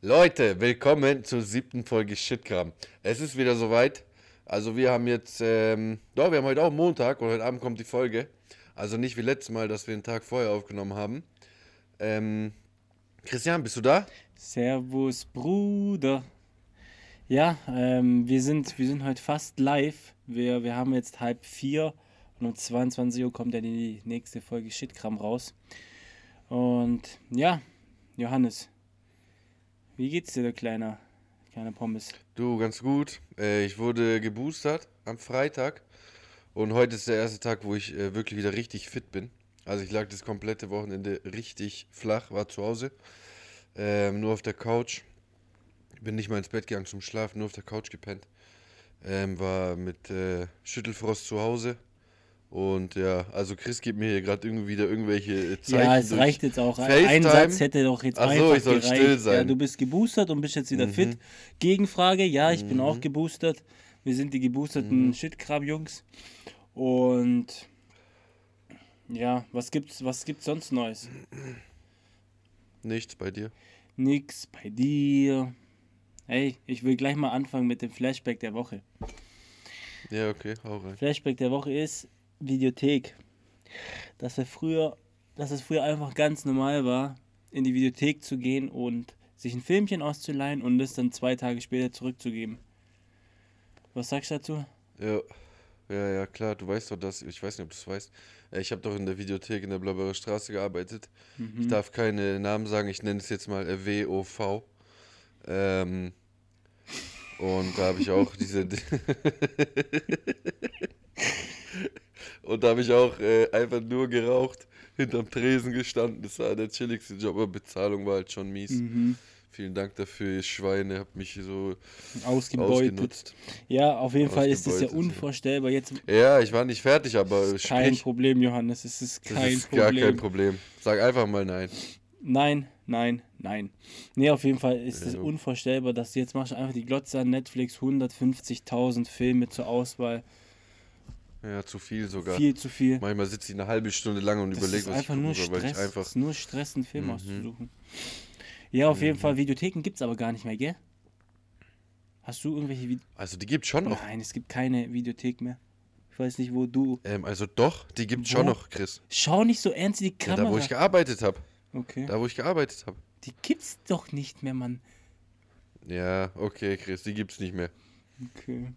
Leute, willkommen zur 7. Folge Shitkram. Es ist wieder soweit. Also wir haben jetzt, wir haben heute auch Montag und heute Abend kommt die Folge. Also nicht wie letztes Mal, dass wir einen Tag vorher aufgenommen haben. Ähm, Christian, bist du da? Servus, Bruder. Ja, wir sind heute fast live. Wir haben jetzt halb vier und um 22 Uhr kommt ja die nächste Folge Shitkram raus. Und ja, Johannes, wie geht's dir, der kleiner Pommes? Du, ganz gut. Ich wurde geboostert am Freitag und heute ist der erste Tag, wo ich wirklich wieder richtig fit bin. Also ich lag das komplette Wochenende richtig flach, war zu Hause, nur auf der Couch. Bin nicht mal ins Bett gegangen zum Schlafen, nur auf der Couch gepennt. War mit Schüttelfrost zu Hause. Und ja, also Chris gibt mir hier gerade irgendwie wieder irgendwelche Ja, Zeichen es durch reicht jetzt auch. Ein Satz FaceTime. hätte doch jetzt Ach so, einfach ich soll still gereicht. Ja, du sein. bist geboostert und bist jetzt wieder fit. Mhm, Gegenfrage, ja, ich bin auch mhm, geboostert. Wir sind die geboosterten mhm. Shitkram-Jungs. Und ja, was gibt's sonst Neues? Nichts bei dir. Nix bei dir. Hey, ich will gleich mal anfangen mit dem Flashback der Woche. Ja, okay, hau rein. Flashback der Woche ist Videothek. Dass wir früher, dass es früher einfach ganz normal war, in die Videothek zu gehen und sich ein Filmchen auszuleihen und es dann 2 Tage später zurückzugeben. Was sagst du dazu? Ja, ja, klar, du weißt doch das. Ich weiß nicht, ob du es weißt. Ich habe doch in der Videothek in der Blauberer Straße gearbeitet. Ich Mhm. darf keine Namen sagen, ich nenne es jetzt mal WOV. Ähm, und da habe ich auch diese. Und da habe ich auch einfach nur geraucht, hinterm Tresen gestanden. Das war der chilligste Job, aber Bezahlung war halt schon mies. Mhm. Vielen Dank dafür, ihr Schweine, habt mich so Ausgebeutet. ausgenutzt, Ja, auf jeden Fall ist es ja ausgebeutet. unvorstellbar. Jetzt Ja, ich war nicht fertig, ist aber kein sprich, Problem, Johannes. Es ist das kein ist gar kein Problem. Problem. Sag einfach mal nein. Nein, nein, nein. Nee, auf jeden Fall ist es Ja, unvorstellbar, dass du jetzt machst du einfach die Glotze an Netflix, 150.000 Filme zur Auswahl. ja, zu viel sogar. Viel zu viel. Manchmal sitze ich eine halbe Stunde lang und Das überlege, ist was ich einfach gucken nur soll, weil ich Stress. Das einfach. ist nur Stress, einen Film Mhm, auszusuchen. Ja, auf jeden mhm. Fall, Videotheken gibt es aber gar nicht mehr, gell? Hast du irgendwelche Also die gibt's schon noch. Nein, es gibt keine Videothek mehr. Ich weiß nicht, wo du. Also doch, die gibt's schon Wo? noch, Chris. Schau nicht so ernst in die Ja, da wo ich Kamera. gearbeitet habe. Okay. Da wo ich gearbeitet habe. Die gibt's doch nicht mehr, Mann. Ja, okay, Chris, die gibt's nicht mehr. Okay.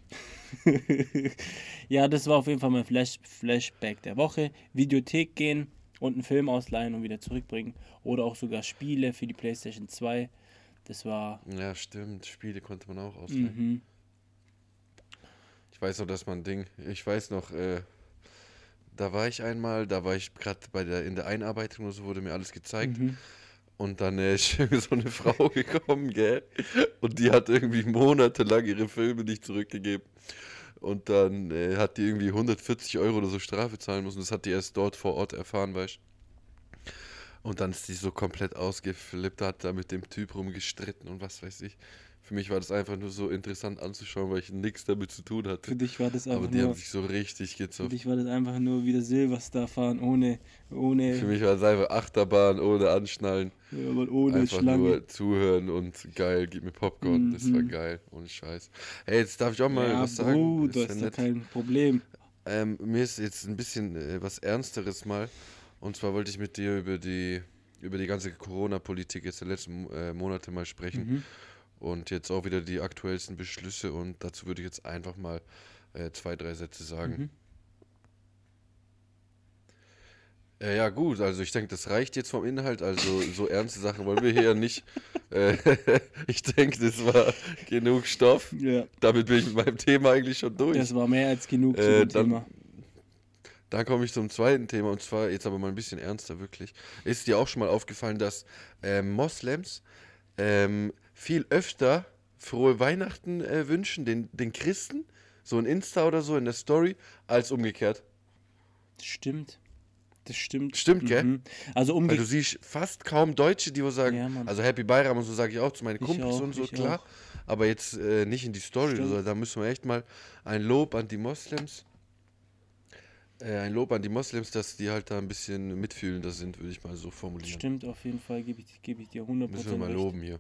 Ja, das war auf jeden Fall mein Flashback der Woche. Videothek gehen und einen Film ausleihen und wieder zurückbringen. Oder auch sogar Spiele für die PlayStation 2. Das war. Ja, stimmt. Spiele konnte man auch ausleihen. Mhm. Ich weiß noch, dass man Ding. Ich weiß noch, da war ich einmal, da war ich gerade in der Einarbeitung oder so, wurde mir alles gezeigt. Mhm. Und dann ist irgendwie so eine Frau gekommen, gell? Und die hat irgendwie monatelang ihre Filme nicht zurückgegeben. Und dann hat die irgendwie 140 € oder so Strafe zahlen müssen. Das hat die erst dort vor Ort erfahren, weißt du. Und dann ist die so komplett ausgeflippt, hat da mit dem Typ rumgestritten und was weiß ich. Für mich war das einfach nur so interessant anzuschauen, weil ich nichts damit zu tun hatte. Für dich war das Aber einfach die haben nur. sich so richtig Für gezofft. dich war das einfach nur wieder Silverstar fahren ohne, Für ohne, mich war es einfach Achterbahn ohne Anschnallen. ja, Mann, ohne Einfach Schlange. nur zuhören und geil, gib mir Popcorn. Das war Mhm. geil, ohne Scheiß. Hey, jetzt darf ich auch mal Ja, was sagen. Bruder, Ist ja ist da nett. kein Problem. Mir ist jetzt ein bisschen was Ernsteres mal. Und zwar wollte ich mit dir über die ganze Corona-Politik jetzt der letzten Monate mal sprechen. Mhm. Und jetzt auch wieder die aktuellsten Beschlüsse. Und dazu würde ich jetzt einfach mal 2, 3 Sätze sagen. Mhm. Ja, gut, also ich denke, das reicht jetzt vom Inhalt. Also so ernste Sachen wollen wir hier ja nicht. Äh, Ich denke, das war genug Stoff. Ja, Damit bin ich mit meinem Thema eigentlich schon das durch. war mehr als genug zu Äh, dem dann, Thema. dann komme ich zum zweiten Thema und zwar jetzt aber mal ein bisschen ernster wirklich. Ist dir auch schon mal aufgefallen, dass Moslems viel öfter frohe Weihnachten wünschen, den Christen, so in Insta oder so in der Story, als umgekehrt? Das stimmt. Das stimmt. Stimmt, gell? Mhm. Also Weil du siehst fast kaum Deutsche, die wo sagen, Ja, Mann. also Happy Bayram und so sage ich auch zu meinen Ich Kumpels auch, und so, ich klar, auch. aber jetzt nicht in die Story oder so. Stimmt. Da müssen wir echt mal ein Lob an die Moslems, ein Lob an die Moslems, dass die halt da ein bisschen mitfühlender sind, würde ich mal so formulieren. Stimmt, auf jeden Fall gebe ich dir Müssen wir 100% mal recht. loben hier.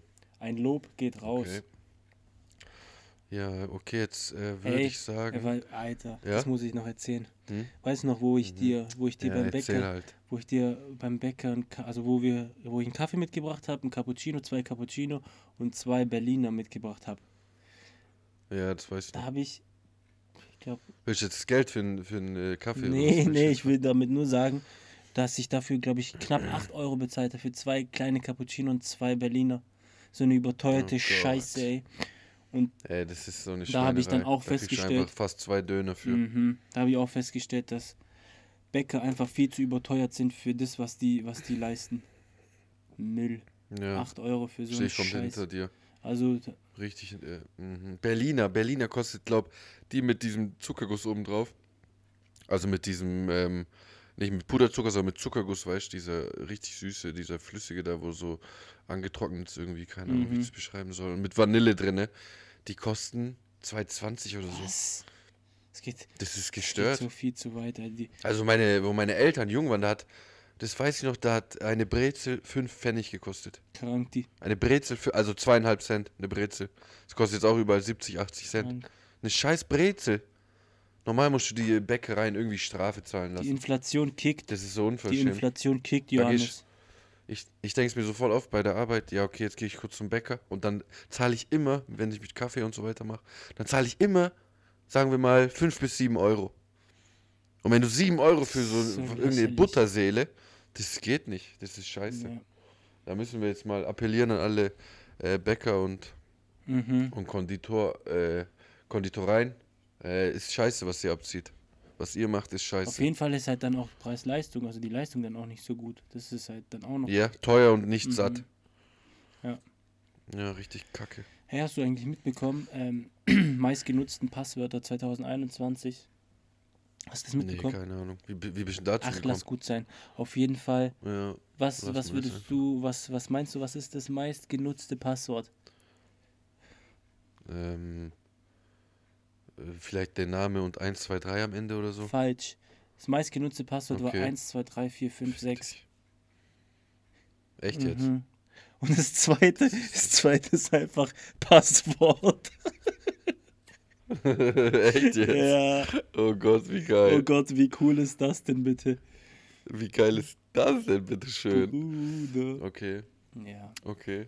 Ein Lob geht raus. Okay. Ja, okay, jetzt würde Ey, ich sagen. Alter, Ja? das muss ich noch erzählen. Hm? Weißt du noch, wo ich dir Ja, beim erzähl Bäcker, halt. wo ich dir beim Bäcker, also wo ich einen Kaffee mitgebracht habe, einen Cappuccino, 2 Cappuccino und 2 Berliner mitgebracht habe. Ja, das weiß ich Da noch. habe ich glaube, Willst du jetzt das Geld für einen Kaffee oder was nee, willst du nee, jetzt ich will damit nur sagen, dass ich dafür, glaube ich, knapp 8 Euro bezahlt habe für 2 kleine Cappuccino und 2 Berliner. So eine Oh überteuerte Gott. Scheiße, ey. Und Ey, das ist so eine da habe ich dann Schweinerei. auch Da kriegst du einfach festgestellt, fast 2 Döner für. da habe ich auch festgestellt, dass Bäcker einfach viel zu überteuert sind für das, was die leisten. Müll. Ja, 8 Euro für so stehe einen ich komplett Scheiß. hinter dir. Also, Richtig. Berliner kostet, glaub, die mit diesem Zuckerguss oben drauf. Also mit diesem, nicht mit Puderzucker, sondern mit Zuckerguss, weißt du, dieser richtig süße, dieser flüssige da, wo so angetrocknet ist irgendwie, keine Ahnung, wie ich das beschreiben soll. Und mit Vanille drinne. Die kosten 2,20 oder so. was? Es geht, Das ist es geht gestört. so viel zu weit. Alter. Also wo meine Eltern jung waren, das weiß ich noch, da hat eine Brezel 5 Pfennig gekostet. Krank, die. Eine Brezel für, also 2,5 Cent, eine Brezel. Das kostet jetzt auch überall 70, 80 Cent. Krank. Eine scheiß Brezel. Normal musst du die Bäckereien irgendwie Strafe zahlen Die lassen. Inflation kickt. Das ist so Die unverschämt. Inflation kickt, Da geh Johannes. ich denke es mir so voll oft bei der Arbeit, ja okay, jetzt gehe ich kurz zum Bäcker und dann zahle ich immer, wenn ich mit Kaffee und so weiter mache, dann zahle ich immer, sagen wir mal, 5 bis 7 Euro. Und wenn du 7 Euro für so So irgendeine lächerlich. Butterseele, das geht nicht, das ist scheiße. Ja. Da müssen wir jetzt mal appellieren an alle Bäcker und Konditoreien. Ist scheiße, was ihr abzieht. Was ihr macht, ist Auf scheiße. jeden Fall ist halt dann auch Preis-Leistung, also die Leistung dann auch nicht so gut. Das ist halt dann auch noch. Ja, teuer und nicht satt. Ja. Ja, richtig kacke. Hey, hast du eigentlich mitbekommen, meistgenutzten Passwörter 2021? Hast du das Nee, mitbekommen? keine Ahnung. Wie bist du dazu Ach, gekommen? lass gut sein. Auf jeden Fall. Ja, Was lass mal würdest du, was meinst du, was ist das meistgenutzte Passwort? Vielleicht der Name und 1, 2, 3 am Ende oder so. Falsch. Das meistgenutzte Passwort war Okay. 1, 2, 3, 4, 5, 6. Echt jetzt? Und das zweite ist einfach Passwort. Echt jetzt? Ja. Oh Gott, wie geil. Oh Gott, wie cool ist das denn bitte? Wie geil ist das denn, bitteschön? Bruder. Okay, Ja. okay.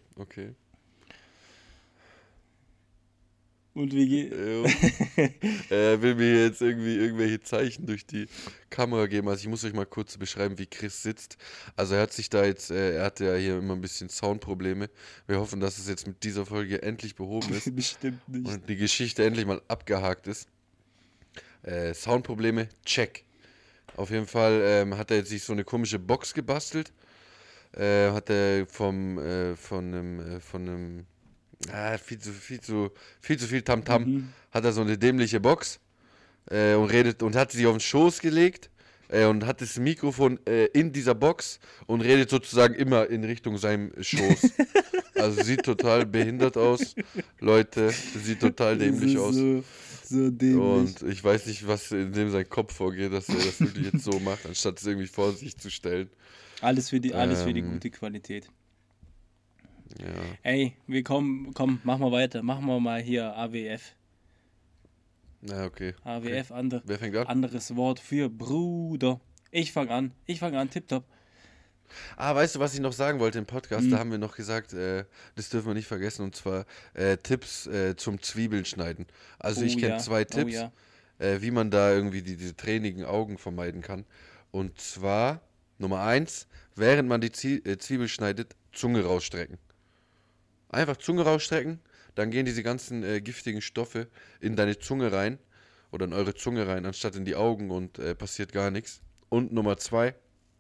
Und wie geht. Er will mir jetzt irgendwie irgendwelche Zeichen durch die Kamera geben. Also ich muss euch mal kurz beschreiben, wie Chris sitzt. Also er hat sich da jetzt, er hatte ja hier immer ein bisschen Soundprobleme. Wir hoffen, dass es jetzt mit dieser Folge endlich behoben ist Bestimmt nicht. und die Geschichte endlich mal abgehakt ist. Soundprobleme, check. Auf jeden Fall hat er jetzt sich so eine komische Box gebastelt. Hat er von einem viel zu viel Tamtam. Hat er so eine dämliche Box und redet und hat sie auf den Schoß gelegt und hat das Mikrofon in dieser Box und redet sozusagen immer in Richtung seinem Schoß. Also sieht total behindert aus, Leute, sieht total dämlich aus. So dämlich. Und ich weiß nicht, was in dem sein Kopf vorgeht, dass er das wirklich jetzt so macht, anstatt es irgendwie vor sich zu stellen. Alles für die gute Qualität. Ja. Ey, komm, machen wir weiter. Machen wir mal hier AWF. Na, okay. AWF, Wer fängt an? anderes Wort für Bruder. Ich fange an, tipptopp. Weißt du, was ich noch sagen wollte im Podcast? Da haben wir noch gesagt, das dürfen wir nicht vergessen, und zwar Tipps zum Zwiebeln schneiden. Also ich kenne 2 Tipps, ja. wie man da irgendwie diese tränigen Augen vermeiden kann. Und zwar, Nummer 1, während man die Zwiebel schneidet, Zunge rausstrecken. Einfach Zunge rausstrecken, dann gehen diese ganzen giftigen Stoffe in deine Zunge rein oder in eure Zunge rein, anstatt in die Augen und passiert gar nichts. Und Nummer 2,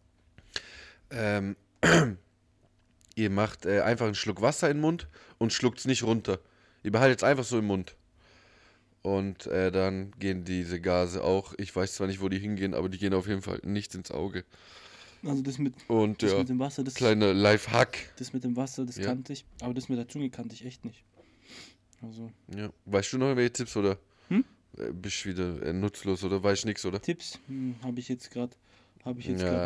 ihr macht einfach einen Schluck Wasser in den Mund und schluckt es nicht runter. Ihr behaltet es einfach so im Mund. Und dann gehen diese Gase auch, ich weiß zwar nicht, wo die hingehen, aber die gehen auf jeden Fall nicht ins Auge. Also das mit Und ja, dem Wasser, kleiner Lifehack. das mit dem Wasser, das Ja. kannte ich. Aber das mit der Zunge kannte ich echt nicht. Also, Ja. Weißt du noch irgendwelche Tipps oder bist du wieder nutzlos oder weißt nichts, oder? Tipps habe ich jetzt gerade Ja, nicht.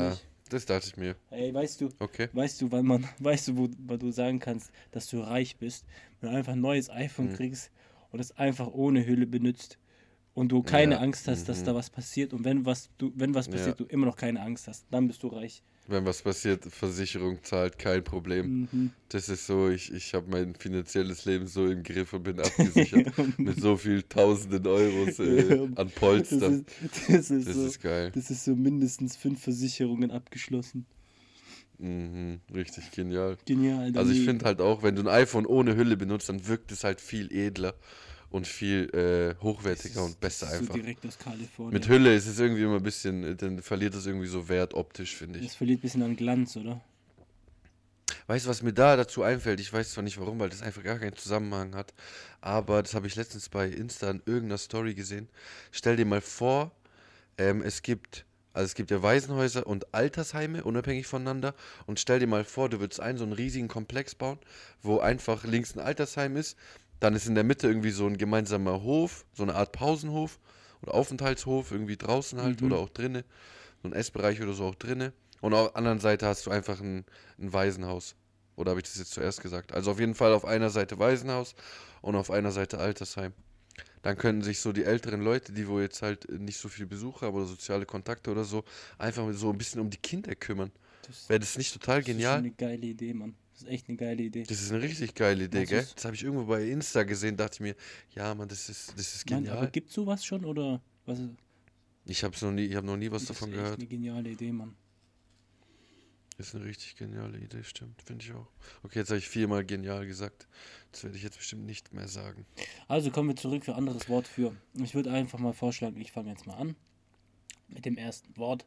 Das dachte ich mir. Ey, Okay. weißt du, wo du sagen kannst, dass du reich bist, wenn du einfach ein neues iPhone kriegst und es einfach ohne Hülle benutzt und du keine Ja. Angst hast, dass da was passiert und wenn was Ja. passiert, du immer noch keine Angst hast, dann bist du reich. Wenn was passiert, Versicherung zahlt, kein Problem. Das ist so, ich habe mein finanzielles Leben so im Griff und bin abgesichert mit so viel tausenden Euros an Das Polster. ist, das ist Das so, ist geil. das ist so mindestens 5 Versicherungen abgeschlossen. Richtig genial. Genial. Also ich finde halt auch, wenn du ein iPhone ohne Hülle benutzt, dann wirkt es halt viel edler und viel hochwertiger und besser das ist einfach. so direkt aus Kalifornien. Mit Hülle ist es irgendwie immer ein bisschen, dann verliert es irgendwie so Wert optisch, finde ich. Das verliert ein bisschen an Glanz, oder? Weißt du, was mir da dazu einfällt? Ich weiß zwar nicht warum, weil das einfach gar keinen Zusammenhang hat, aber das habe ich letztens bei Insta in irgendeiner Story gesehen. Stell dir mal vor, es gibt ja Waisenhäuser und Altersheime unabhängig voneinander und stell dir mal vor, du würdest so einen riesigen Komplex bauen, wo einfach links ein Altersheim ist, dann ist in der Mitte irgendwie so ein gemeinsamer Hof, so eine Art Pausenhof oder Aufenthaltshof, irgendwie draußen halt oder auch drinnen, so ein Essbereich oder so auch drinnen. Und auf der anderen Seite hast du einfach ein Waisenhaus. Oder habe ich das jetzt zuerst gesagt? Also auf jeden Fall auf einer Seite Waisenhaus und auf einer Seite Altersheim. Dann können sich so die älteren Leute, die wo jetzt halt nicht so viel Besuch haben oder soziale Kontakte oder so, einfach so ein bisschen um die Kinder kümmern. Wäre das nicht total Das ist schon genial? eine geile Idee, Mann. Das ist echt eine geile Idee. Das ist eine richtig geile Idee, Das gell? ist- Das habe ich irgendwo bei Insta gesehen, dachte ich mir, ja, Mann, das ist Mann, aber genial. gibt's sowas schon oder was? Ich habe noch nie was Das davon ist echt gehört. eine geniale Idee, Mann. Das ist eine richtig geniale Idee, stimmt, finde ich auch. Okay, jetzt habe ich 4-mal genial gesagt. Das werde ich jetzt bestimmt nicht mehr sagen. Also kommen wir zurück für anderes Wort für. Ich würde einfach mal vorschlagen, ich fange jetzt mal an mit dem ersten Wort.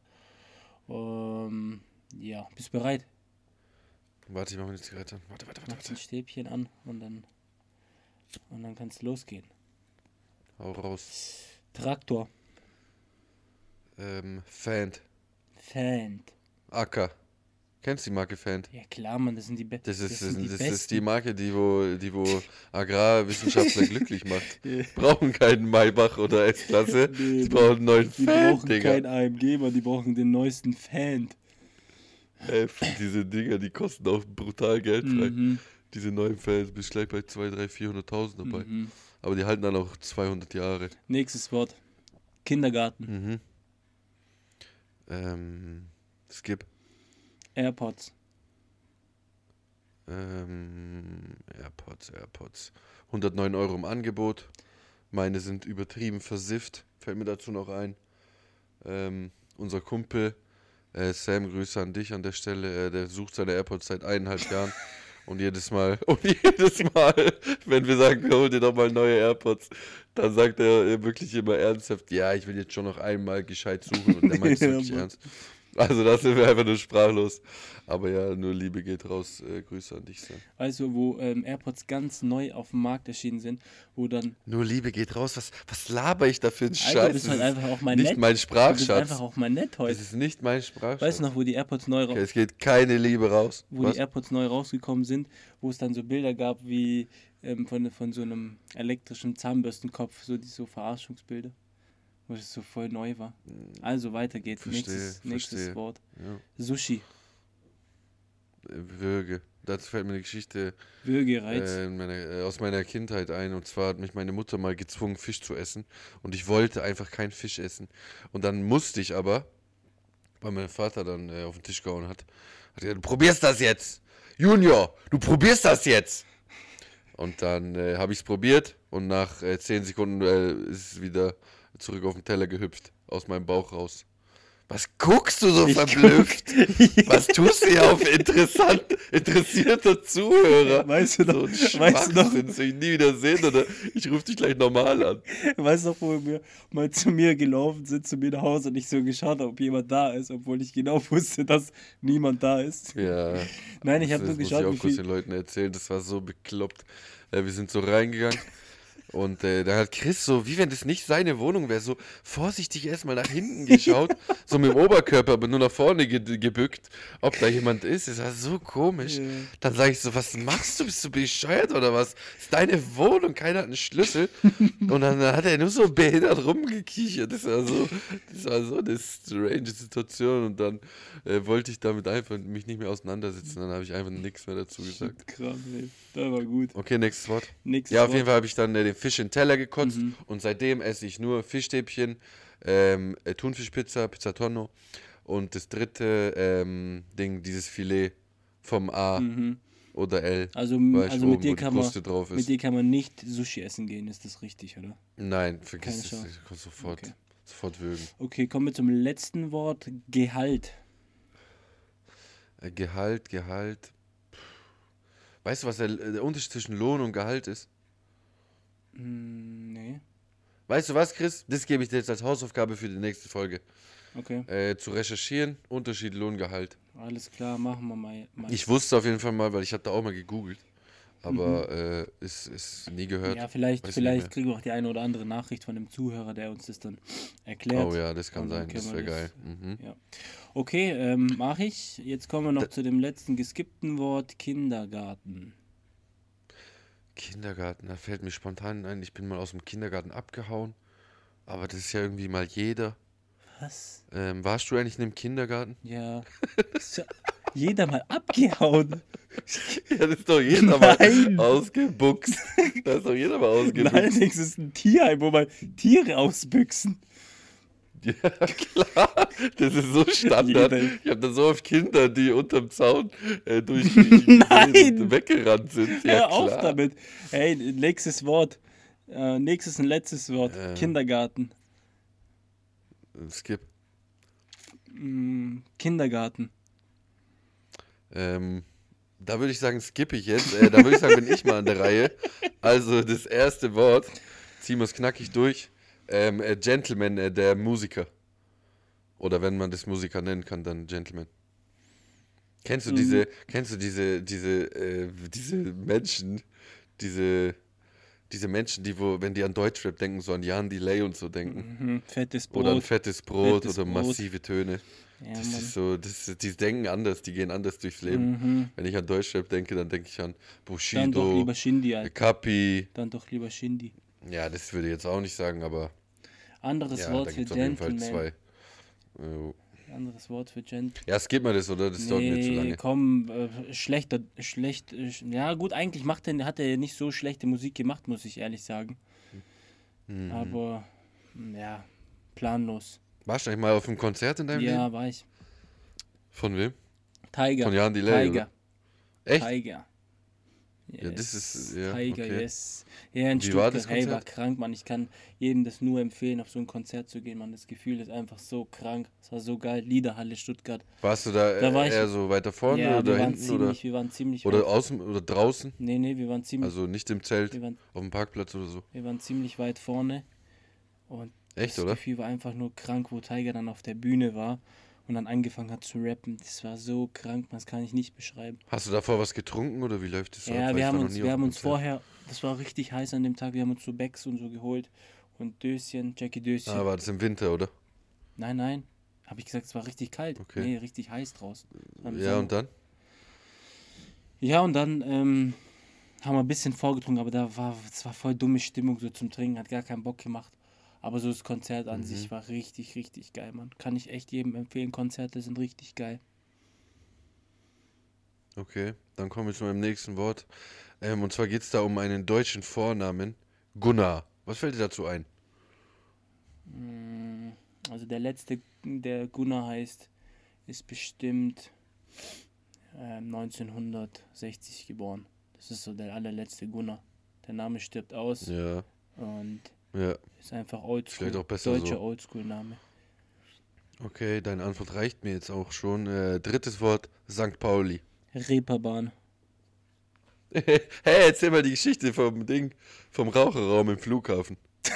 Ja, bist du bereit? Warte, ich mache eine Zigarette. Warte. Machst ein Stäbchen an und dann kann es losgehen. Hau raus. Traktor, Fand. Fand. Acker. Kennst du die Marke Fand? Ja klar, Mann, das sind die Das ist die besten. Marke, die wo Agrarwissenschaftler glücklich macht. Brauchen keinen Maybach oder S-Klasse. Nee, Die brauchen einen neuen Die Fand, brauchen Digga. kein AMG, Mann, die brauchen den neuesten Fand. Diese Dinger, die kosten auch brutal Geld frei. Mhm. Diese neuen Fans, bist gleich bei 200.000, 300.000, 400.000 dabei. Aber die halten dann auch 200 Jahre. Nächstes Wort. Kindergarten. Skip. AirPods. AirPods. 109 Euro im Angebot. Meine sind übertrieben versifft. Fällt mir dazu noch ein. Unser Kumpel, Sam, Grüße an dich an der Stelle. Der sucht seine AirPods seit 1,5 Jahren. Und jedes Mal, wenn wir sagen, hol dir doch mal neue AirPods, dann sagt er wirklich immer ernsthaft, ja, ich will jetzt schon noch einmal gescheit suchen. Und der meint es Ja, wirklich Mann. ernst. Also da sind wir einfach nur sprachlos. Aber ja, nur Liebe geht raus. Grüße an dich, Sam. Also, wo AirPods ganz neu auf dem Markt erschienen sind, wo dann. Nur Liebe geht raus. Was laber ich da für einen Alter, Scheiß? du bist halt Das ist einfach auch mein nicht Nett. mein Du bist Sprachschatz. einfach auch mal nett heute. Das ist nicht mein Sprachschatz. Weißt du noch, wo die AirPods neu Okay, es geht keine Liebe raus. wo Was? die AirPods neu rausgekommen sind, wo es dann so Bilder gab wie von so einem elektrischen Zahnbürstenkopf, so Verarschungsbilder, wo das so voll neu war. Also weiter geht's. Nächstes Verstehe. Wort. Ja. Sushi. Würge. Dazu fällt mir eine Geschichte Würgereiz. aus meiner Kindheit ein. Und zwar hat mich meine Mutter mal gezwungen, Fisch zu essen. Und ich wollte einfach keinen Fisch essen. Und dann musste ich aber, weil mein Vater dann auf den Tisch gehauen hat gesagt, du probierst das jetzt. Junior, du probierst das jetzt. Und dann habe ich es probiert. Und nach 10 Sekunden ist es wieder zurück auf den Teller gehüpft. Aus meinem Bauch raus. Was guckst du so verblüfft? Was tust du hier auf interessierter Zuhörer? Weißt du noch- So ein weißt du noch- Schwachsinn, soll ich nie wieder sehen oder ich rufe dich gleich normal an. Weißt du noch, wo wir mal zu mir gelaufen sind, zu mir nach Hause und ich so geschaut habe, ob jemand da ist, obwohl ich genau wusste, dass niemand da ist. Ja. Nein, ich habe das nur muss geschaut, ich wie auch kurz viel. den Leuten erzählen, das war so bekloppt. Wir sind so reingegangen Und dann hat Chris so, wie wenn das nicht seine Wohnung wäre, so vorsichtig erstmal nach hinten geschaut, so mit dem Oberkörper, aber nur nach vorne gebückt, ob da jemand ist. Das war so komisch. Ja. Dann sage ich so, was machst du? Bist du bescheuert oder was? Das ist deine Wohnung, keiner hat einen Schlüssel. Und dann hat er nur so behindert rumgekichert. Das war so eine strange Situation. Und dann wollte ich damit einfach mich nicht mehr auseinandersetzen. Dann habe ich einfach nichts mehr dazu gesagt. Kram, ey. Das war gut. Okay, nächstes Wort. Nächstes Ja, auf Wort. jeden Fall habe ich dann den Fisch in den Teller gekotzt und seitdem esse ich nur Fischstäbchen, Thunfischpizza, Pizza Tonno und das dritte Ding, dieses Filet vom A oder L, Also, weil ich also oben, mit dir wo die kann man, Kruste drauf mit ist. dir kann man nicht Sushi essen gehen, ist das richtig, oder? Nein, vergiss Keine es, Chance. ich kann sofort, Okay. sofort würgen. Okay, kommen wir zum letzten Wort. Gehalt. Gehalt. Weißt du, was der Unterschied zwischen Lohn und Gehalt ist? Nee. Weißt du was, Chris? Das gebe ich dir jetzt als Hausaufgabe für die nächste Folge. Okay. Zu recherchieren, Unterschied Lohn, Gehalt. Alles klar, machen wir mal. Ich wusste auf jeden Fall mal, weil ich habe da auch mal gegoogelt. Aber ist nie gehört. Ja, vielleicht Weiß ich nicht mehr. kriegen wir auch die eine oder andere Nachricht von dem Zuhörer, der uns das dann erklärt. Oh ja, das kann Und dann sein. Das können wir wäre geil. das- Mhm. Ja. Okay, mache ich. Jetzt kommen wir noch zu dem letzten geskippten Wort, Kindergarten. Kindergarten, da fällt mir spontan ein, ich bin mal aus dem Kindergarten abgehauen. Aber das ist ja irgendwie mal jeder. Was? Warst du eigentlich in einem Kindergarten? Ja. Ist ja jeder mal abgehauen. Ja, das ist doch jeder Nein. mal ausgebuchst. Da ist doch jeder mal ausgebuchst. Nein, das ist ein Tierheim, wo man Tiere ausbüchsen. Ja, klar. Das ist so Standard. Jeder. Ich habe da so oft Kinder, die unterm Zaun durchkriechen Nein. und weggerannt sind. Ja, Hör auf klar. damit. Hey, nächstes Wort. Nächstes und letztes Wort. Kindergarten. Skip. Kindergarten. Da würde ich sagen, skippe ich jetzt. Da würde ich sagen, bin ich mal an der Reihe. Also das erste Wort, ziehen wir es knackig durch. Gentleman, der Musiker. Oder wenn man das Musiker nennen kann, dann Gentleman. Kennst du diese Menschen, diese Menschen, die, wenn die an Deutschrap denken, so an Jan Delay und so denken. Fettes Brot. Oder an fettes Brot Fettes oder Brot. massive Töne. Ja, Das Mann. ist so, die denken anders, die gehen anders durchs Leben. Wenn ich an Deutschrap denke, dann denke ich an Dann doch Bushido, lieber Shindy, Alter. Kapi. Dann doch lieber Shindy. Ja, das würde ich jetzt auch nicht sagen, aber Anderes ja, Wort da für gibt es auf jeden Fall Gentleman. zwei. Anderes Wort für Gentleman. Ja, skip mal das, oder? Das dauert mir zu Nee, lange. komm, schlecht. Ja, gut, eigentlich hat er nicht so schlechte Musik gemacht, muss ich ehrlich sagen. Aber, ja, planlos. Warst du eigentlich mal auf einem Konzert in deinem Leben? Ja, war ich. Von wem? Tiger. Von Jan Delay, Tiger. Echt? Tiger. Ja, das ist- ja, Tiger, okay. yes. Ja, in Wie war Stuttgart, das hey, war Konzert? krank, Mann. Ich kann jedem das nur empfehlen, auf so ein Konzert zu gehen, Mann. Das Gefühl ist einfach so krank. Es war so geil. Liederhalle Stuttgart. Warst du da, Da war ich- eher so weiter vorne Ja, oder wir waren hinten? Oder, ziemlich oder weit. außen oder draußen? Nee, wir waren ziemlich, Also nicht im Zelt, wir waren, auf dem Parkplatz oder so. wir waren ziemlich weit vorne. Und Echt, das oder? Gefühl war einfach nur krank, wo Tiger dann auf der Bühne war und dann angefangen hat zu rappen. Das war so krank, das kann ich nicht beschreiben. Hast du davor was getrunken oder wie läuft das ab? Ja, Weil ich wir war haben noch uns, nie wir auf haben einem uns Konzert. vorher, das war richtig heiß an dem Tag, wir haben uns so Becks und so geholt und Döschen, Jackie Döschen. Ah, war das im Winter, oder? Nein, habe ich gesagt, es war richtig kalt. Okay. Nee, richtig heiß draußen. Am Ja, Sommer. und dann? Ja, und dann haben wir ein bisschen vorgetrunken, aber es war voll dumme Stimmung so zum Trinken, hat gar keinen Bock gemacht. Aber so das Konzert an sich war richtig, richtig geil, Mann. Kann ich echt jedem empfehlen, Konzerte sind richtig geil. Okay, dann kommen wir zu meinem nächsten Wort. Und zwar geht es da um einen deutschen Vornamen. Gunnar. Was fällt dir dazu ein? Also der letzte, der Gunnar heißt, ist bestimmt 1960 geboren. Das ist so der allerletzte Gunnar. Der Name stirbt aus Ja, und ja. ist einfach oldschool. Vielleicht auch besser Deutscher so. Oldschool-Name. Okay, deine Antwort reicht mir jetzt auch schon. Drittes Wort, St. Pauli. Reeperbahn. Hey, erzähl mal die Geschichte vom Raucherraum im Flughafen.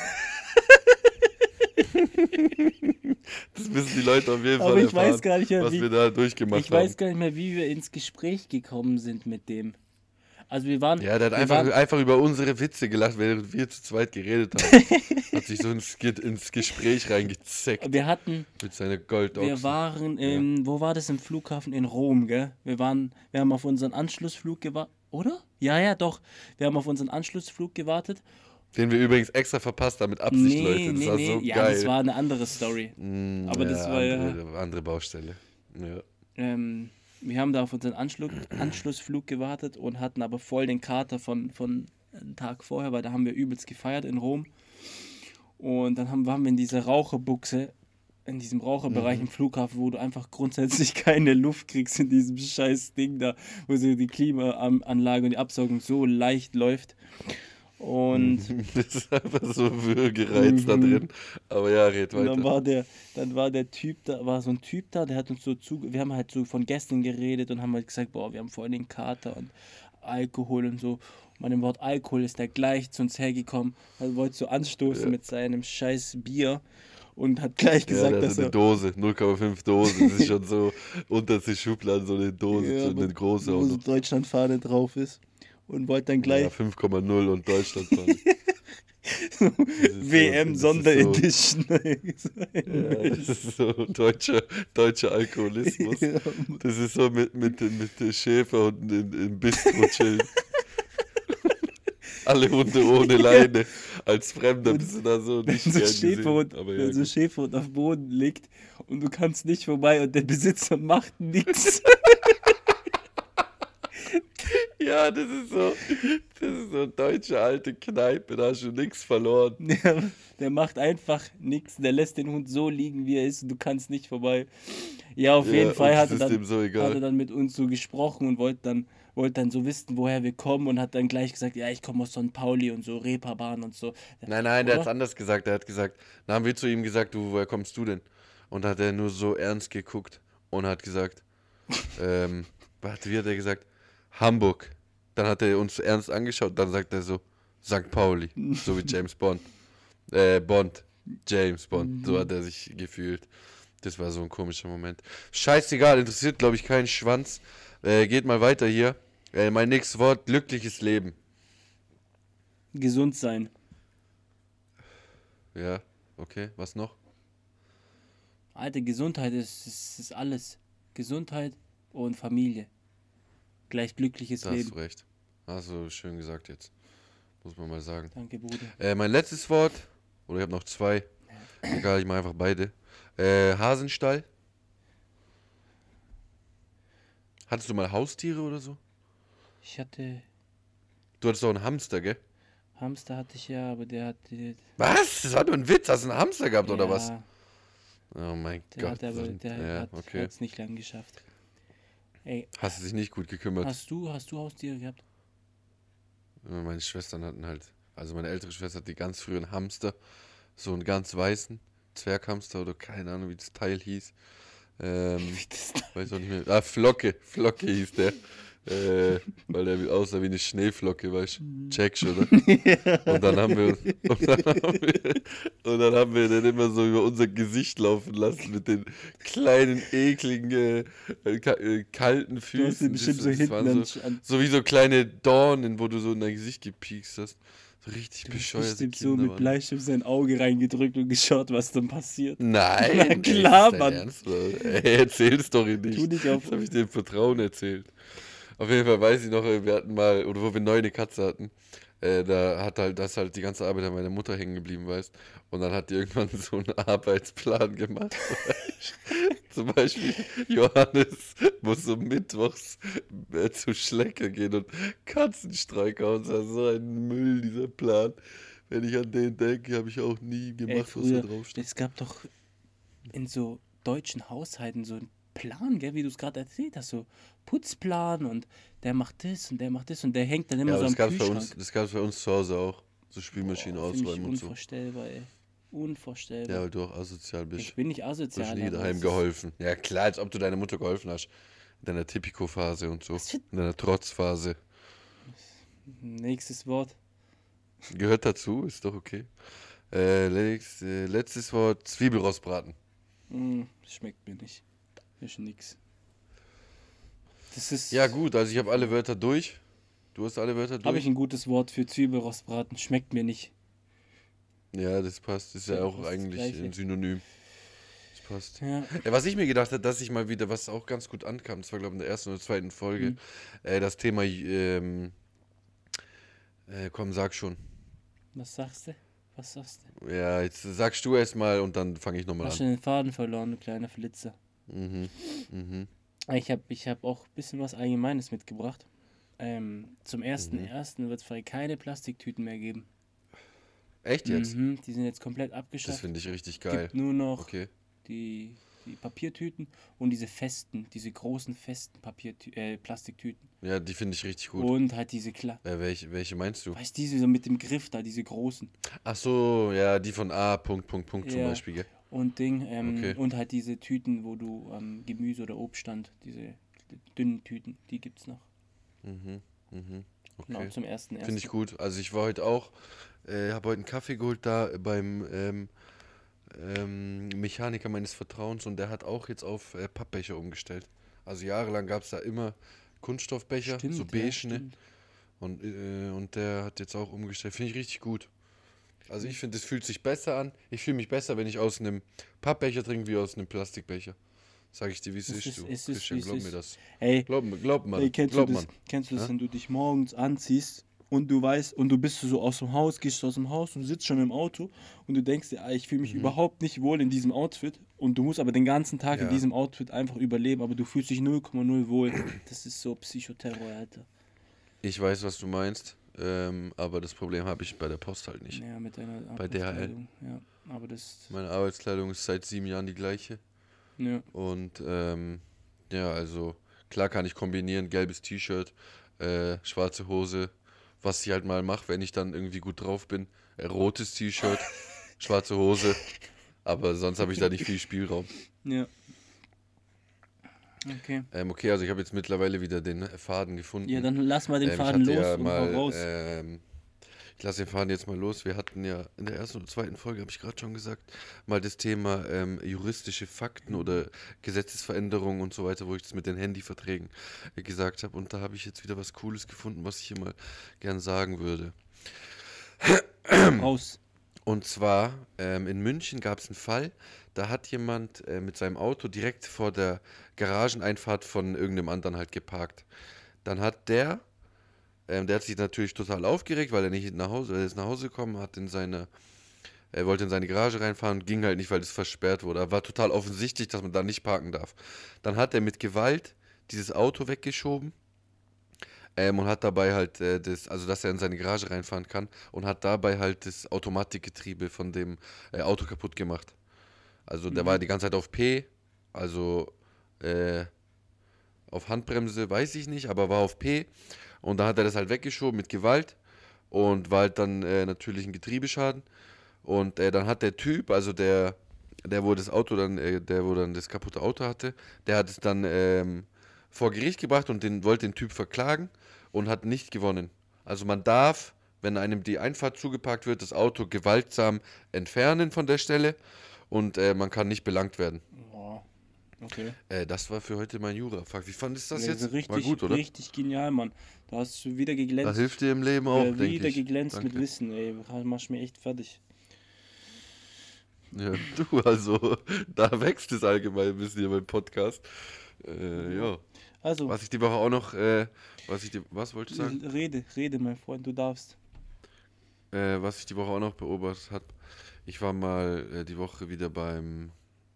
Das müssen die Leute auf jeden Aber Fall ich erfahren, weiß gar nicht mehr, was wie- wir da durchgemacht Ich weiß haben. gar nicht mehr, wie wir ins Gespräch gekommen sind mit dem. Also wir waren, Ja, der hat wir waren, einfach über unsere Witze gelacht, während wir zu zweit geredet haben. Hat sich so ins Gespräch reingezeckt wir hatten, mit seiner wir Goldochse. waren Ja. wo war das im Flughafen? In Rom, gell? Wir haben auf unseren Anschlussflug gewartet, oder? Ja, ja, doch. Wir haben auf unseren Anschlussflug gewartet. Den wir übrigens extra verpasst haben mit Absicht, Leute. Das war so Ja, geil. das war eine andere Story. Aber das war ja, andere Baustelle. Ja. wir haben da auf unseren Anschlussflug gewartet und hatten aber voll den Kater von einem Tag vorher, weil da haben wir übelst gefeiert in Rom. Und dann waren wir in dieser Raucherbuchse, in diesem Raucherbereich im Flughafen, wo du einfach grundsätzlich keine Luft kriegst in diesem scheiß Ding da, wo so die Klimaanlage und die Absaugung so leicht läuft. Und Das ist einfach so Würgereiz da drin. Aber ja, red und weiter. dann war der Typ da, war so ein Typ da, der hat uns wir haben halt so von Gästen geredet und haben halt gesagt, boah, wir haben voll den Kater und Alkohol und so. Und bei dem Wort Alkohol ist er gleich zu uns hergekommen, wollte so anstoßen Ja. mit seinem scheiß Bier und hat gleich Ja, gesagt, der dass hatte eine er Dose, 0,5 Dose. Das ist schon so unterste Schublade, so eine Dose, ja, so eine große auch wo so noch. Deutschlandfahne drauf ist und wollte dann Ja, gleich 5,0 und Deutschland fahren. WM das ist Sonderedition. Ja, das ist so deutscher Alkoholismus. Ja, Das ist so mit den Schäferhunden im Bistro chillen. Alle Hunde ohne Leine. Als Fremder bist du da so nicht wenn so gern Schäferhund, gesehen. Aber ja, wenn so gut. Schäferhund auf dem Boden liegt und du kannst nicht vorbei und der Besitzer macht nichts. Ja, das ist so eine deutsche alte Kneipe, da hast du nichts verloren. Der macht einfach nichts, der lässt den Hund so liegen, wie er ist und du kannst nicht vorbei. Ja, auf jeden Ja, Fall und hat das er ist dem so hat er egal. dann mit uns so gesprochen und wollte dann so wissen, woher wir kommen und hat dann gleich gesagt, ja, ich komme aus St. Pauli und so, Reeperbahn und so. Nein, der hat es Oder? anders gesagt. Der hat gesagt, dann haben wir zu ihm gesagt, du, woher kommst du denn? Und hat er nur so ernst geguckt und hat gesagt, warte, wie hat er gesagt? Hamburg. Dann hat er uns ernst angeschaut, dann sagt er so, St. Pauli, so wie James Bond. Bond, James Bond, so hat er sich gefühlt. Das war so ein komischer Moment. Scheißegal, interessiert glaube ich keinen Schwanz. Geht mal weiter hier. Mein nächstes Wort, glückliches Leben. Gesund sein. Ja, okay, was noch? Alter, Gesundheit ist alles. Gesundheit und Familie. Gleich glückliches Da hast Leben. du recht. Hast du schön gesagt jetzt. Muss man mal sagen. Danke, Bruder. Mein letztes Wort, oder ich habe noch zwei. Egal, ich mache einfach beide. Hasenstall. Hattest du mal Haustiere oder so? Ich hatte Du hattest doch einen Hamster, gell? Hamster hatte ich ja, aber der hatte Was? Das war nur ein Witz. Hast du einen Hamster gehabt oder was? ja, Oh mein der Gott. hat aber Ja, hat okay. es nicht lang geschafft. Ey, Hast du dich nicht gut gekümmert? hast du Haustiere gehabt? Meine Schwestern hatten halt, also meine ältere Schwester hat die ganz frühen Hamster, so einen ganz weißen Zwerghamster oder keine Ahnung, wie das Teil hieß. Wie das Weiß auch nicht mehr. Ah, Flocke hieß der. Weil der aussah wie eine Schneeflocke, weißt du? Checkst, oder? Und dann haben wir den immer so über unser Gesicht laufen lassen mit den kleinen, ekligen, kalten Du hast Füßen. ihn bestimmt so Das waren hinten so, so wie so kleine Dornen, wo du so in dein Gesicht gepiekst hast. So richtig du hast bescheuerte bestimmt Kinder so mit waren. Bleistift sein Auge reingedrückt und geschaut, was dann passiert. Nein, Na klar, ist dein Mann. Ernst, oder? Ey, erzähl's doch nicht. Tu nicht auf. Das habe ich dir im Vertrauen erzählt. Auf jeden Fall weiß ich noch, wir hatten mal, oder wo wir neu eine Katze hatten, das ist halt die ganze Arbeit an meiner Mutter hängen geblieben, weißt. Und dann hat die irgendwann so einen Arbeitsplan gemacht. Zum Beispiel, Johannes muss so mittwochs zu Schlecker gehen und Katzenstreu kaufen. Das war so ein Müll, dieser Plan. Wenn ich an den denke, habe ich auch nie Ey, gemacht, was da früher, draufsteht. es gab doch in so deutschen Haushalten so einen Plan, gell, wie du es gerade erzählt hast, so Putzplan und der macht das und der macht das und der hängt dann immer Ja, so aber am Kühlschrank. das gab's bei uns zu Hause auch. So Spülmaschinen Boah, finde ich ausräumen und so. unvorstellbar, ey. Unvorstellbar. Ja, weil du auch asozial bist. Ich bin nicht Du hast asozial, nie aber daheim es ist, geholfen. Ja, klar, als ob du deiner Mutter geholfen hast. In deiner Tipico-Phase und so. Was für- In deiner Trotzphase. nächstes Wort. Gehört dazu, ist doch okay. Letztes Wort, Zwiebelrostbraten. Schmeckt mir nicht. Ist nix. Das ist. Ja gut, also ich habe alle Wörter durch. Du hast alle Wörter Habe ich durch? ein gutes Wort für Zwiebelrostbraten? Schmeckt mir nicht. Ja, das passt. Das ist ja Ja, auch das ist das eigentlich Gleiche. ein Synonym. Das passt. Ja. Was ich mir gedacht habe, dass ich mal wieder, was auch ganz gut ankam, das war glaube ich in der ersten oder zweiten Folge, Hm. das Thema, komm, sag schon. Was sagst du? Was sagst du? Ja, jetzt sagst du erst mal und dann fange ich nochmal Hast an. du den Faden verloren, du kleiner Flitzer. Mhm, mhm, Ich hab auch ein bisschen was Allgemeines mitgebracht. Zum mhm. 1.1. wird es keine Plastiktüten mehr geben. Echt jetzt? Die sind jetzt komplett Das abgeschafft. finde ich richtig Es geil. gibt nur noch Okay. die Papiertüten und diese großen festen Plastiktüten. Ja, die finde ich richtig gut. Und halt diese Welche meinst du? weißt du, diese so mit dem Griff da, diese großen. Ach so, ja, die von A, Punkt, Punkt, Punkt zum Ja. Beispiel, gell? Und Okay. und halt diese Tüten, wo du Gemüse oder Obst stand, diese dünnen Tüten, die gibt's noch. Mhm, mhm. Genau, Okay. zum 1.1. Finde ich gut. Also ich war heute auch, habe heute einen Kaffee geholt da beim Mechaniker meines Vertrauens und der hat auch jetzt auf Pappbecher umgestellt. Also jahrelang gab es da immer Kunststoffbecher, so Stimmt, ja, beige, ne? stimmt. Und der hat jetzt auch umgestellt. Finde ich richtig gut. Also ich finde, es fühlt sich besser an. Ich fühle mich besser, wenn ich aus einem Pappbecher trinke, wie aus einem Plastikbecher. Sag ich dir, wie es ist, du. Es ist, wie Christian, es glaub mir ist. das. Ey, Glaub man. kennst Glaub du das, man. kennst du das, Ja? wenn du dich morgens anziehst und du weißt, und du bist so aus dem Haus, gehst aus dem Haus und sitzt schon im Auto und du denkst dir, ich fühle mich Mhm. überhaupt nicht wohl in diesem Outfit und du musst aber den ganzen Tag in Ja. diesem Outfit einfach überleben, aber du fühlst dich 0,0 wohl. Das ist so Psychoterror, Alter. Ich weiß, was du meinst, aber das Problem habe ich bei der Post halt nicht. Ja, mit deiner Bei DHL. Arbeitskleidung. Ja, aber das, Meine Arbeitskleidung ist seit 7 Jahren die gleiche. ja. Und ja, also klar kann ich kombinieren, gelbes T-Shirt, schwarze Hose, was ich halt mal mache, wenn ich dann irgendwie gut drauf bin. Rotes T-Shirt, schwarze Hose, aber sonst habe ich da nicht viel Spielraum. Ja. Okay. Okay, also ich habe jetzt mittlerweile wieder den Faden gefunden. Ja, dann lass mal den Ich Faden hatte los ja und hau mal, raus. ich lasse den Faden jetzt mal los. Wir hatten ja in der ersten und zweiten Folge, habe ich gerade schon gesagt, mal das Thema juristische Fakten oder Gesetzesveränderungen und so weiter, wo ich das mit den Handyverträgen gesagt habe. Und da habe ich jetzt wieder was Cooles gefunden, was ich hier mal gern sagen würde. Raus. Und zwar in München gab es einen Fall, da hat jemand mit seinem Auto direkt vor der Garageneinfahrt von irgendeinem anderen halt geparkt. Dann hat der hat sich natürlich total aufgeregt, weil er nicht nach Hause, er ist nach Hause gekommen, er wollte in seine Garage reinfahren, ging halt nicht, weil das versperrt wurde. War total offensichtlich, dass man da nicht parken darf. Dann hat er mit Gewalt dieses Auto weggeschoben und hat dabei halt also dass er in seine Garage reinfahren kann und hat dabei halt das Automatikgetriebe von dem Auto kaputt gemacht. Also der war die ganze Zeit auf P, also auf Handbremse, weiß ich nicht, aber war auf P. Und da hat er das halt weggeschoben mit Gewalt und war halt dann natürlich ein Getriebeschaden. Und dann hat der Typ, also der wo das Auto dann, der wo dann das kaputte Auto hatte, der hat es dann vor Gericht gebracht und wollte den Typ verklagen und hat nicht gewonnen. Also man darf, wenn einem die Einfahrt zugeparkt wird, das Auto gewaltsam entfernen von der Stelle und man kann nicht belangt werden. Boah. Okay. Das war für heute mein Jura-Fakt. Wie fandest du das Ja, jetzt? richtig, War gut, oder? richtig genial, Mann. Da hast du wieder Das geglänzt. hilft dir im Leben auch, denke Wieder ich. geglänzt mit Danke. Wissen, ey. Machst mir echt fertig. Ja, du, also, da wächst es allgemein ein bisschen hier beim Podcast. Ja. Also, Was ich die Woche auch noch, was wolltest du sagen? rede, mein Freund, du darfst. Was ich die Woche auch noch beobachtet habe, ich war mal die Woche wieder beim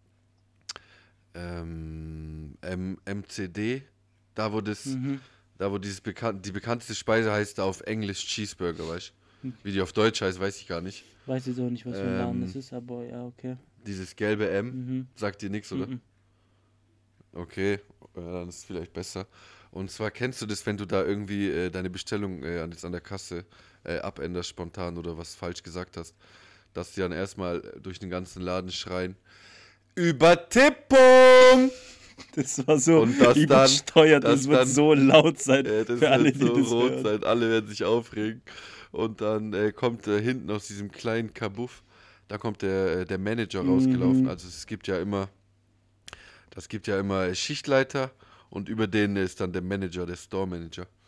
MCD, da wo das, Mhm. da wo die bekannteste Speise heißt da auf Englisch Cheeseburger, weißt du? Wie die auf Deutsch heißt, weiß ich gar nicht. Weiß jetzt auch nicht, was für ein Laden das Ähm, ist, aber ja, okay. Dieses gelbe M, Mhm. sagt dir nichts, oder? Mhm. Okay, dann ist es vielleicht besser. Und zwar kennst du das, wenn du da irgendwie deine Bestellung jetzt an der Kasse abänderst spontan oder was falsch gesagt hast, dass die dann erstmal durch den ganzen Laden schreien, Übertippung! Das war so Und das dann- übersteuert, das das wird dann- so laut sein Das für alle, wird die so das rot hören. sein, alle werden sich aufregen. Und dann kommt hinten aus diesem kleinen Kabuff, da kommt der Manager rausgelaufen. Mhm. Also es gibt ja immer Schichtleiter und über denen ist dann der Manager, der Store Manager.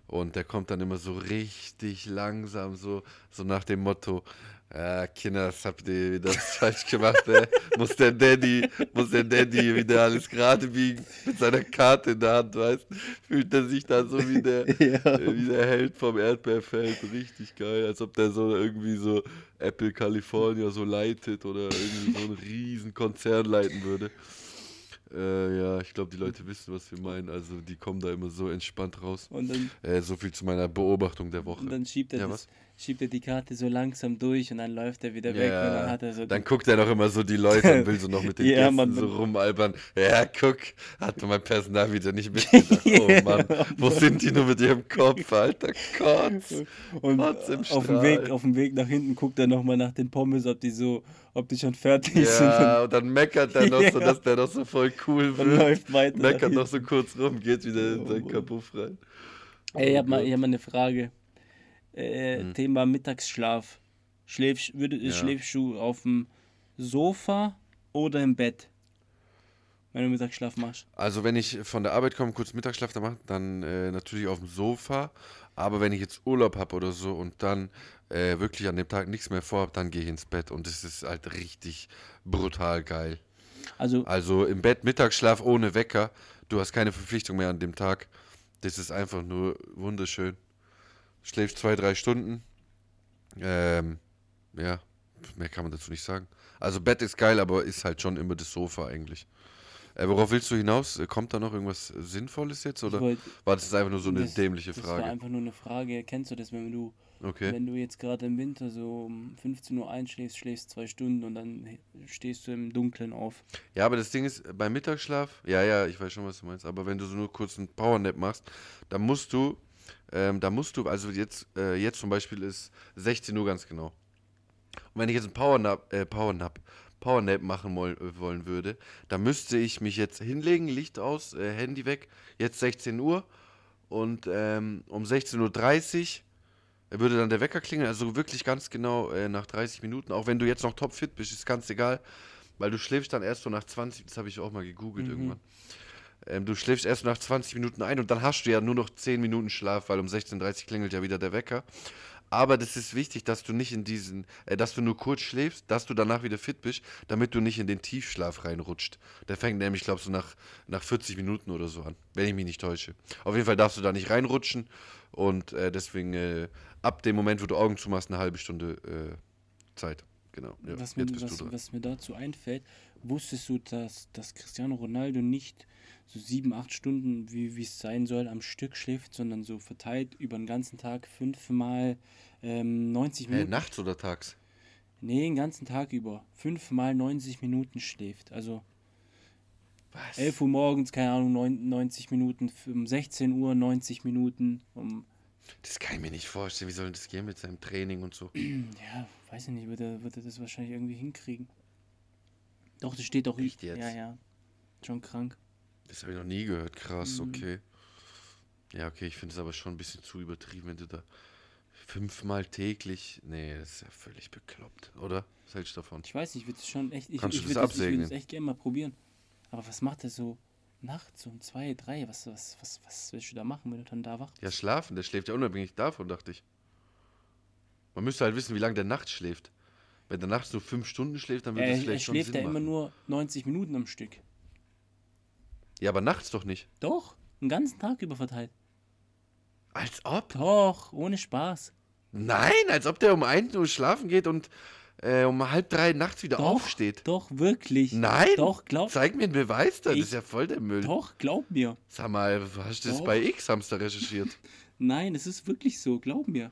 Und der kommt dann immer so richtig langsam, so nach dem Motto, Kinder, das habt ihr wieder falsch gemacht, muss der Daddy wieder alles gerade biegen mit seiner Karte in der Hand, weißt, fühlt er sich da so Ja. wie der Held vom Erdbeerfeld, richtig geil, als ob der so irgendwie so Apple California so leitet oder irgendwie so einen riesen Konzern leiten würde. Ja, ich glaube, die Leute wissen, was wir meinen. Also, die kommen da immer so entspannt raus. Und dann, So viel zu meiner Beobachtung der und Woche. dann Ja, was? schiebt er die Karte so langsam durch und dann läuft er wieder weg und dann Ja, hat er so dann guckt er noch immer so die Leute und will so noch mit den Ja, Gästen Mann, so Mann. rumalbern. Ja, guck, hat mein Personal wieder nicht mitgedacht. Oh Mann, wo sind die nur mit ihrem Kopf, Alter? Kotz, Und Kotz im auf Strahl. dem Weg nach hinten guckt er nochmal nach den Pommes, ob die schon fertig sind Ja, und dann meckert er noch so, Ja. dass der noch so voll cool und wird. läuft weiter nach Meckert noch so hinten. kurz rum, geht wieder in Oh seinen Mann. Kapuff rein. Ey, Oh ich hab Gott. mal eine Frage. Hm, Thema Mittagsschlaf. ja. Schläfst du auf dem Sofa oder im Bett, wenn du Mittagsschlaf machst? Also wenn ich von der Arbeit komme, kurz Mittagsschlaf da mache, dann natürlich auf dem Sofa. Aber wenn ich jetzt Urlaub habe oder so und dann wirklich an dem Tag nichts mehr vorhab, dann gehe ich ins Bett. Und das ist halt richtig brutal geil. Also, Also im Bett Mittagsschlaf ohne Wecker. Du hast keine Verpflichtung mehr an dem Tag. Das ist einfach nur wunderschön. Schläfst 2, 3 Stunden. Ähm, ja, mehr kann man dazu nicht sagen. Also Bett ist geil, aber ist halt schon immer das Sofa eigentlich. Worauf willst du hinaus? Kommt da noch irgendwas Sinnvolles jetzt ich oder wollte, war das jetzt einfach nur so eine das, dämliche das war Frage? einfach nur eine Frage. Kennst du das, Okay. wenn du jetzt gerade im Winter so um 15 Uhr einschläfst, schläfst 2 Stunden und dann stehst du im Dunkeln auf? Ja, aber das Ding ist, beim Mittagsschlaf, ja, ich weiß schon, was du meinst, aber wenn du so nur kurz einen Powernap machst, dann also jetzt zum Beispiel ist 16 Uhr ganz genau. Und wenn ich jetzt einen Powernap machen wollen würde, dann müsste ich mich jetzt hinlegen, Licht aus, Handy weg, jetzt 16 Uhr und um 16:30 Uhr würde dann der Wecker klingeln, also wirklich ganz genau nach 30 Minuten. Auch wenn du jetzt noch topfit bist, ist ganz egal, weil du schläfst dann erst so nach 20, das habe ich auch mal gegoogelt Mhm. irgendwann. Du schläfst erst nach 20 Minuten ein und dann hast du ja nur noch 10 Minuten Schlaf, weil um 16:30 Uhr klingelt ja wieder der Wecker. Aber das ist wichtig, dass du nicht dass du nur kurz schläfst, dass du danach wieder fit bist, damit du nicht in den Tiefschlaf reinrutscht. Der fängt nämlich, glaubst du, nach 40 Minuten oder so an, wenn ich mich nicht täusche. Auf jeden Fall darfst du da nicht reinrutschen und deswegen ab dem Moment, wo du Augen zumachst, eine halbe Stunde Zeit. Genau, ja, jetzt bist du dran. Was mir dazu einfällt, wusstest du, dass Cristiano Ronaldo nicht so 7, 8 Stunden, wie es sein soll, am Stück schläft, sondern so verteilt über den ganzen Tag 5 mal 90 Hä, Minuten? nachts oder tags? Nee, den ganzen Tag über. 5 mal 90 Minuten schläft. Also Was? 11 Uhr morgens, keine Ahnung, 90 Minuten, um 16 Uhr 90 Minuten, Das kann ich mir nicht vorstellen. Wie soll das gehen mit seinem Training und so? ja, weiß ich nicht, wird er das wahrscheinlich irgendwie hinkriegen. Doch, das steht auch. Echt jetzt? Ja, schon krank. Das habe ich noch nie gehört. Krass, Mhm. okay. Ja, okay, ich finde es aber schon ein bisschen zu übertrieben, wenn du da 5-mal täglich. Nee, das ist ja völlig bekloppt, oder? Was hältst du davon? Ich weiß nicht, ich würde es schon echt, Kannst du das ich würde absegnen? es echt gerne mal probieren. Aber was macht er so nachts um 2, 3? Was willst du da machen, wenn du dann da wach Ja, bist? schlafen, der schläft ja unabhängig davon, dachte ich. Man müsste halt wissen, wie lange der nachts schläft. Wenn der nachts nur 5 Stunden schläft, dann würde es Er vielleicht schon schläft Sinn ja immer machen. nur 90 Minuten am Stück. Ja, aber nachts doch nicht. Doch, den ganzen Tag über verteilt. Als ob? Doch, ohne Spaß. Nein, als ob der um 1 Uhr schlafen geht und um 2:30 nachts wieder Doch, aufsteht. doch, wirklich. Nein? Doch, Zeig mir einen Beweis da, das Ich- ist ja voll der Müll. Doch, glaub mir. Sag mal, hast du das Doch. bei X Hamster recherchiert? Nein, es ist wirklich so, glaub mir.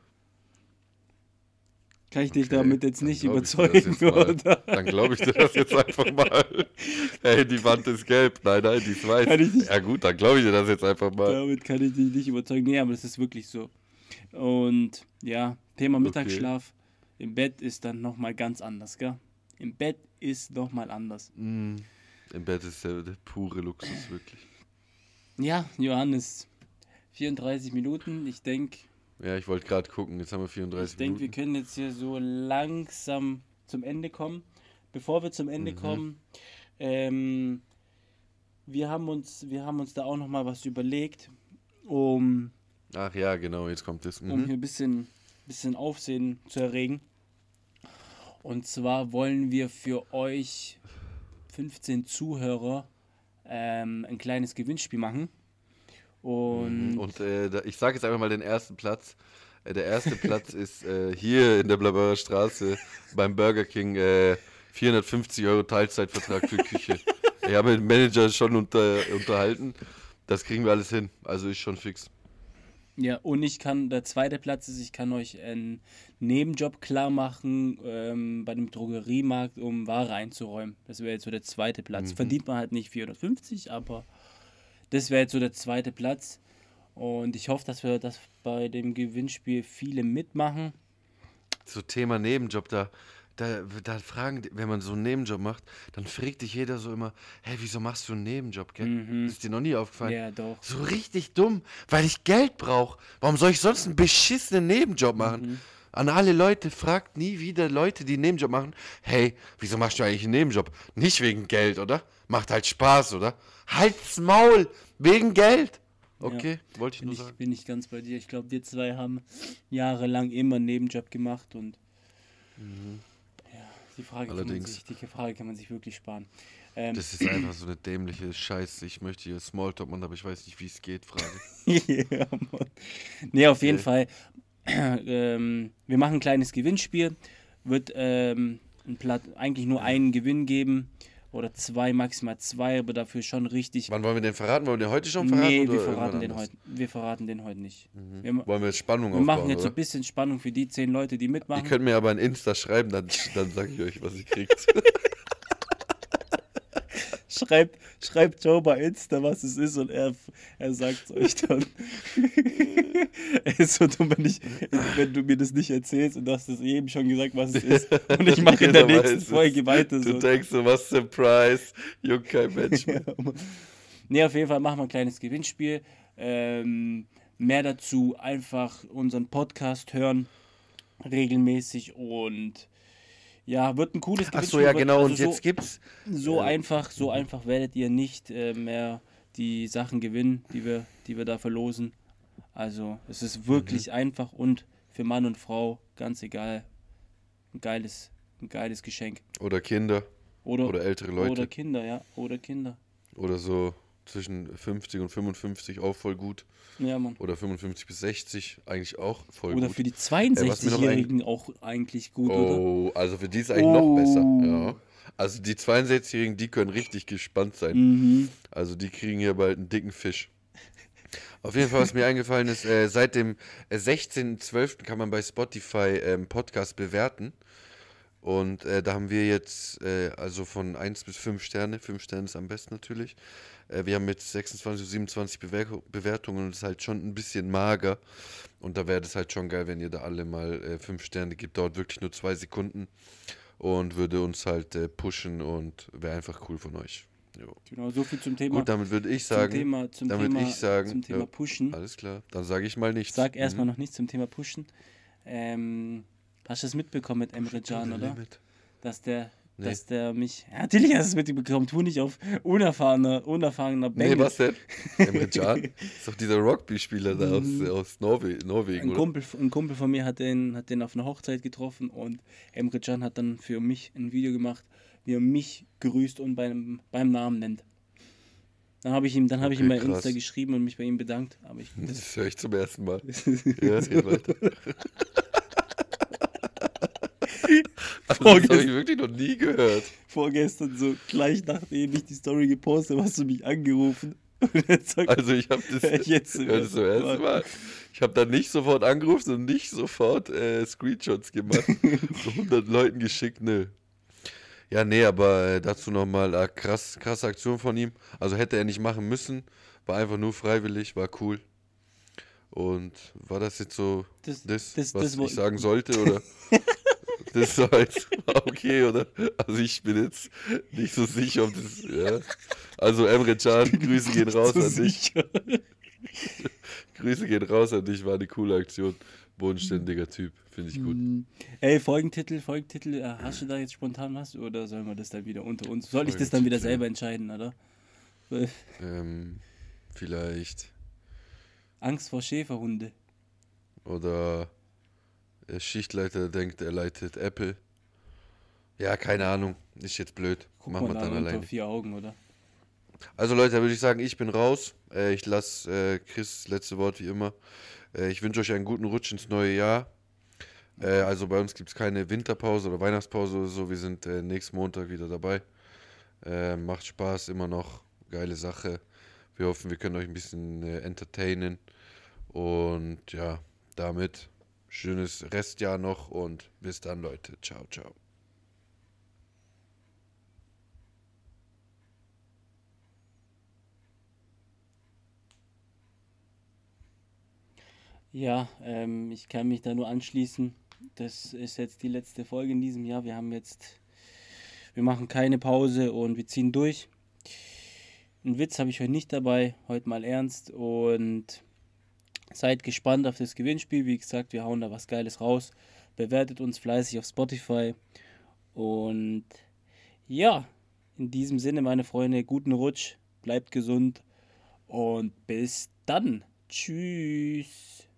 Kann ich dich Okay, damit jetzt dann nicht glaub ich dir das überzeugen, jetzt mal. oder? Dann glaube ich dir das jetzt einfach mal. Hey, die Wand ist gelb. Nein, die ist weiß. Kann ich nicht. Ja gut, dann glaube ich dir das jetzt einfach mal. Damit kann ich dich nicht überzeugen. Nee, aber das ist wirklich so. Und ja, Thema Mittagsschlaf im Bett ist dann nochmal ganz anders, gell? Im Bett ist nochmal anders. Im Bett ist der pure Luxus, wirklich. Ja, Johannes, 34 Minuten. Ich denke, Ja, ich wollte gerade gucken, jetzt haben wir 34 wir Minuten. können jetzt hier so langsam zum Ende kommen. Bevor wir zum Ende kommen, wir haben uns da auch nochmal was überlegt, um Ach ja, genau, jetzt kommt das. um hier ein bisschen Aufsehen zu erregen. Und zwar wollen wir für euch 15 Zuhörer ein kleines Gewinnspiel machen. Und Und ich sage jetzt einfach mal den ersten Platz. Der erste Platz ist hier in der Blaubeurer Straße beim Burger King 450 € Teilzeitvertrag für Küche. Ich habe den Manager schon unterhalten. Das kriegen wir alles hin. Also ist schon fix. ja, und der zweite Platz ist, ich kann euch einen Nebenjob klar machen bei dem Drogeriemarkt, um Ware einzuräumen. Das wäre jetzt so der zweite Platz. Verdient man halt nicht 450, aber das wäre jetzt so der zweite Platz. Und ich hoffe, dass bei dem Gewinnspiel viele mitmachen. So Thema Nebenjob, da fragen, wenn man so einen Nebenjob macht, dann fragt dich jeder so immer, hey, wieso machst du einen Nebenjob, gell? Ist dir noch nie aufgefallen? Ja, doch. So richtig dumm, weil ich Geld brauche. Warum soll ich sonst einen beschissenen Nebenjob machen? An alle Leute, fragt nie wieder Leute, die einen Nebenjob machen, hey, wieso machst du eigentlich einen Nebenjob? Nicht wegen Geld, oder? Macht halt Spaß, oder? Halt's Maul, wegen Geld. Okay, wollte ich nur sagen. Bin ich ganz bei dir. Ich glaube, wir zwei haben jahrelang immer einen Nebenjob gemacht und ja, die Frage kann man sich wirklich sparen. Das ist einfach so eine dämliche Scheiße. Ich möchte hier Smalltalk machen, aber ich weiß nicht, wie es geht, Frage. Ja, Mann. Nee, auf jeden Fall. Wir machen ein kleines Gewinnspiel. Wird eigentlich nur einen Gewinn geben. Oder maximal zwei, aber dafür schon richtig. Wann wollen wir den verraten? Wollen wir den heute schon verraten? Nee, oder wir verraten den heute nicht. Wollen wir jetzt Spannung Wir aufbauen, machen jetzt so oder? ein bisschen Spannung für die 10 Leute, die Ihr mitmachen. könnt mir aber ein Insta schreiben, dann sage ich euch, was ihr kriegt. Schreibt Joe bei Insta, was es ist, und er sagt es euch dann. Er ist so dumm, wenn du mir das nicht erzählst und du hast es eben schon gesagt, was es ist. Und ich mache in der Jeder nächsten weiß es. Folge weiter. Du So. denkst so, was Surprise, juckt kein Mensch mehr. Ja, Mann. Nee, auf jeden Fall machen wir ein kleines Gewinnspiel. Mehr dazu einfach unseren Podcast hören, regelmäßig, und ja, wird ein cooles Ach so, Gewinnspiel. ja genau, und so, jetzt gibt's... so einfach werdet ihr nicht mehr die Sachen gewinnen, die wir da verlosen. Also es ist wirklich einfach und für Mann und Frau, ganz egal, ein geiles Geschenk. Oder Kinder, oder ältere Leute. Oder Kinder, ja, oder Kinder. Oder so zwischen 50 und 55, auch voll gut. Ja, Mann. Oder 55 bis 60, eigentlich auch voll Oder gut. für die was mir noch 62-Jährigen auch eigentlich gut, oder? Oh, also für die ist eigentlich noch besser. Ja. Also die 62-Jährigen, die können richtig gespannt sein. Mhm. Also die kriegen hier bald einen dicken Fisch. Auf jeden Fall, was mir eingefallen ist, seit dem 16.12. kann man bei Spotify Podcast bewerten. Und da haben wir jetzt, also von 1 bis 5 Sterne, 5 Sterne ist am besten natürlich. Wir haben jetzt 26, 27 Bewertungen und das ist halt schon ein bisschen mager. Und da wäre das halt schon geil, wenn ihr da alle mal 5 Sterne gibt. Dauert wirklich nur 2 Sekunden und würde uns halt pushen und wäre einfach cool von euch. Jo. Genau, so viel zum Thema. Gut, damit würde ich sagen, Zum Thema ja, Pushen. alles klar, dann sage ich mal nichts. Sag erstmal noch nichts zum Thema Pushen. Hast du das mitbekommen mit Emre Can, oder? Limit. Dass der Nee. mich... Ja, natürlich hast du es mitbekommen. Tu nicht auf unerfahrener Nee, Bengel. was denn? Emre Can? Ist doch dieser Rugby-Spieler da aus Norwegen, oder? Ein Kumpel von mir hat den auf einer Hochzeit getroffen und Emre Can hat dann für mich ein Video gemacht, wie er mich grüßt und beim Namen nennt. Dann habe ich ihm bei krass. Insta geschrieben und mich bei ihm bedankt. Aber Das höre ich zum ersten Mal. Ja, red weiter. Also, das habe ich wirklich noch nie gehört. Vorgestern, so gleich nachdem ich die Story gepostet habe, hast du mich angerufen. Und er sagt, Also ich habe das jetzt zum ersten Mal. Ich habe dann nicht sofort angerufen und nicht sofort Screenshots gemacht. So 100 Leuten geschickt, nö. Ja, nee, aber dazu nochmal krasse Aktion von ihm. Also hätte er nicht machen müssen. War einfach nur freiwillig, war cool. Und war das jetzt so was ich sagen sollte, oder? Das ist halt okay, oder? Also ich bin jetzt nicht so sicher, ob das, ja. Also Emre Can, Grüße gehen raus an dich. Grüße gehen raus an dich, war eine coole Aktion. Bodenständiger Typ, finde ich gut. Ey, Folgentitel, hast du da jetzt spontan was oder sollen wir das dann wieder unter uns? Soll ich das dann wieder selber entscheiden, oder? Vielleicht Angst vor Schäferhunde. Oder der Schichtleiter denkt, er leitet Apple. Ja, keine Ahnung. Ist jetzt blöd. Guck Machen mal wir dann an unter alleine. 4 Augen, oder? Also Leute, da würde ich sagen, ich bin raus. Ich lasse Chris letzte Wort wie immer. Ich wünsche euch einen guten Rutsch ins neue Jahr. Also bei uns gibt es keine Winterpause oder Weihnachtspause oder so. Wir sind nächsten Montag wieder dabei. Macht Spaß, immer noch. Geile Sache. Wir hoffen, wir können euch ein bisschen entertainen. Und ja, damit schönes Restjahr noch und bis dann, Leute. Ciao, ciao. Ja, ich kann mich da nur anschließen. Das ist jetzt die letzte Folge in diesem Jahr. Wir machen keine Pause und wir ziehen durch. Einen Witz habe ich heute nicht dabei, heute mal ernst und seid gespannt auf das Gewinnspiel. Wie gesagt, wir hauen da was Geiles raus. Bewertet uns fleißig auf Spotify und ja, in diesem Sinne, meine Freunde, guten Rutsch, bleibt gesund und bis dann. Tschüss.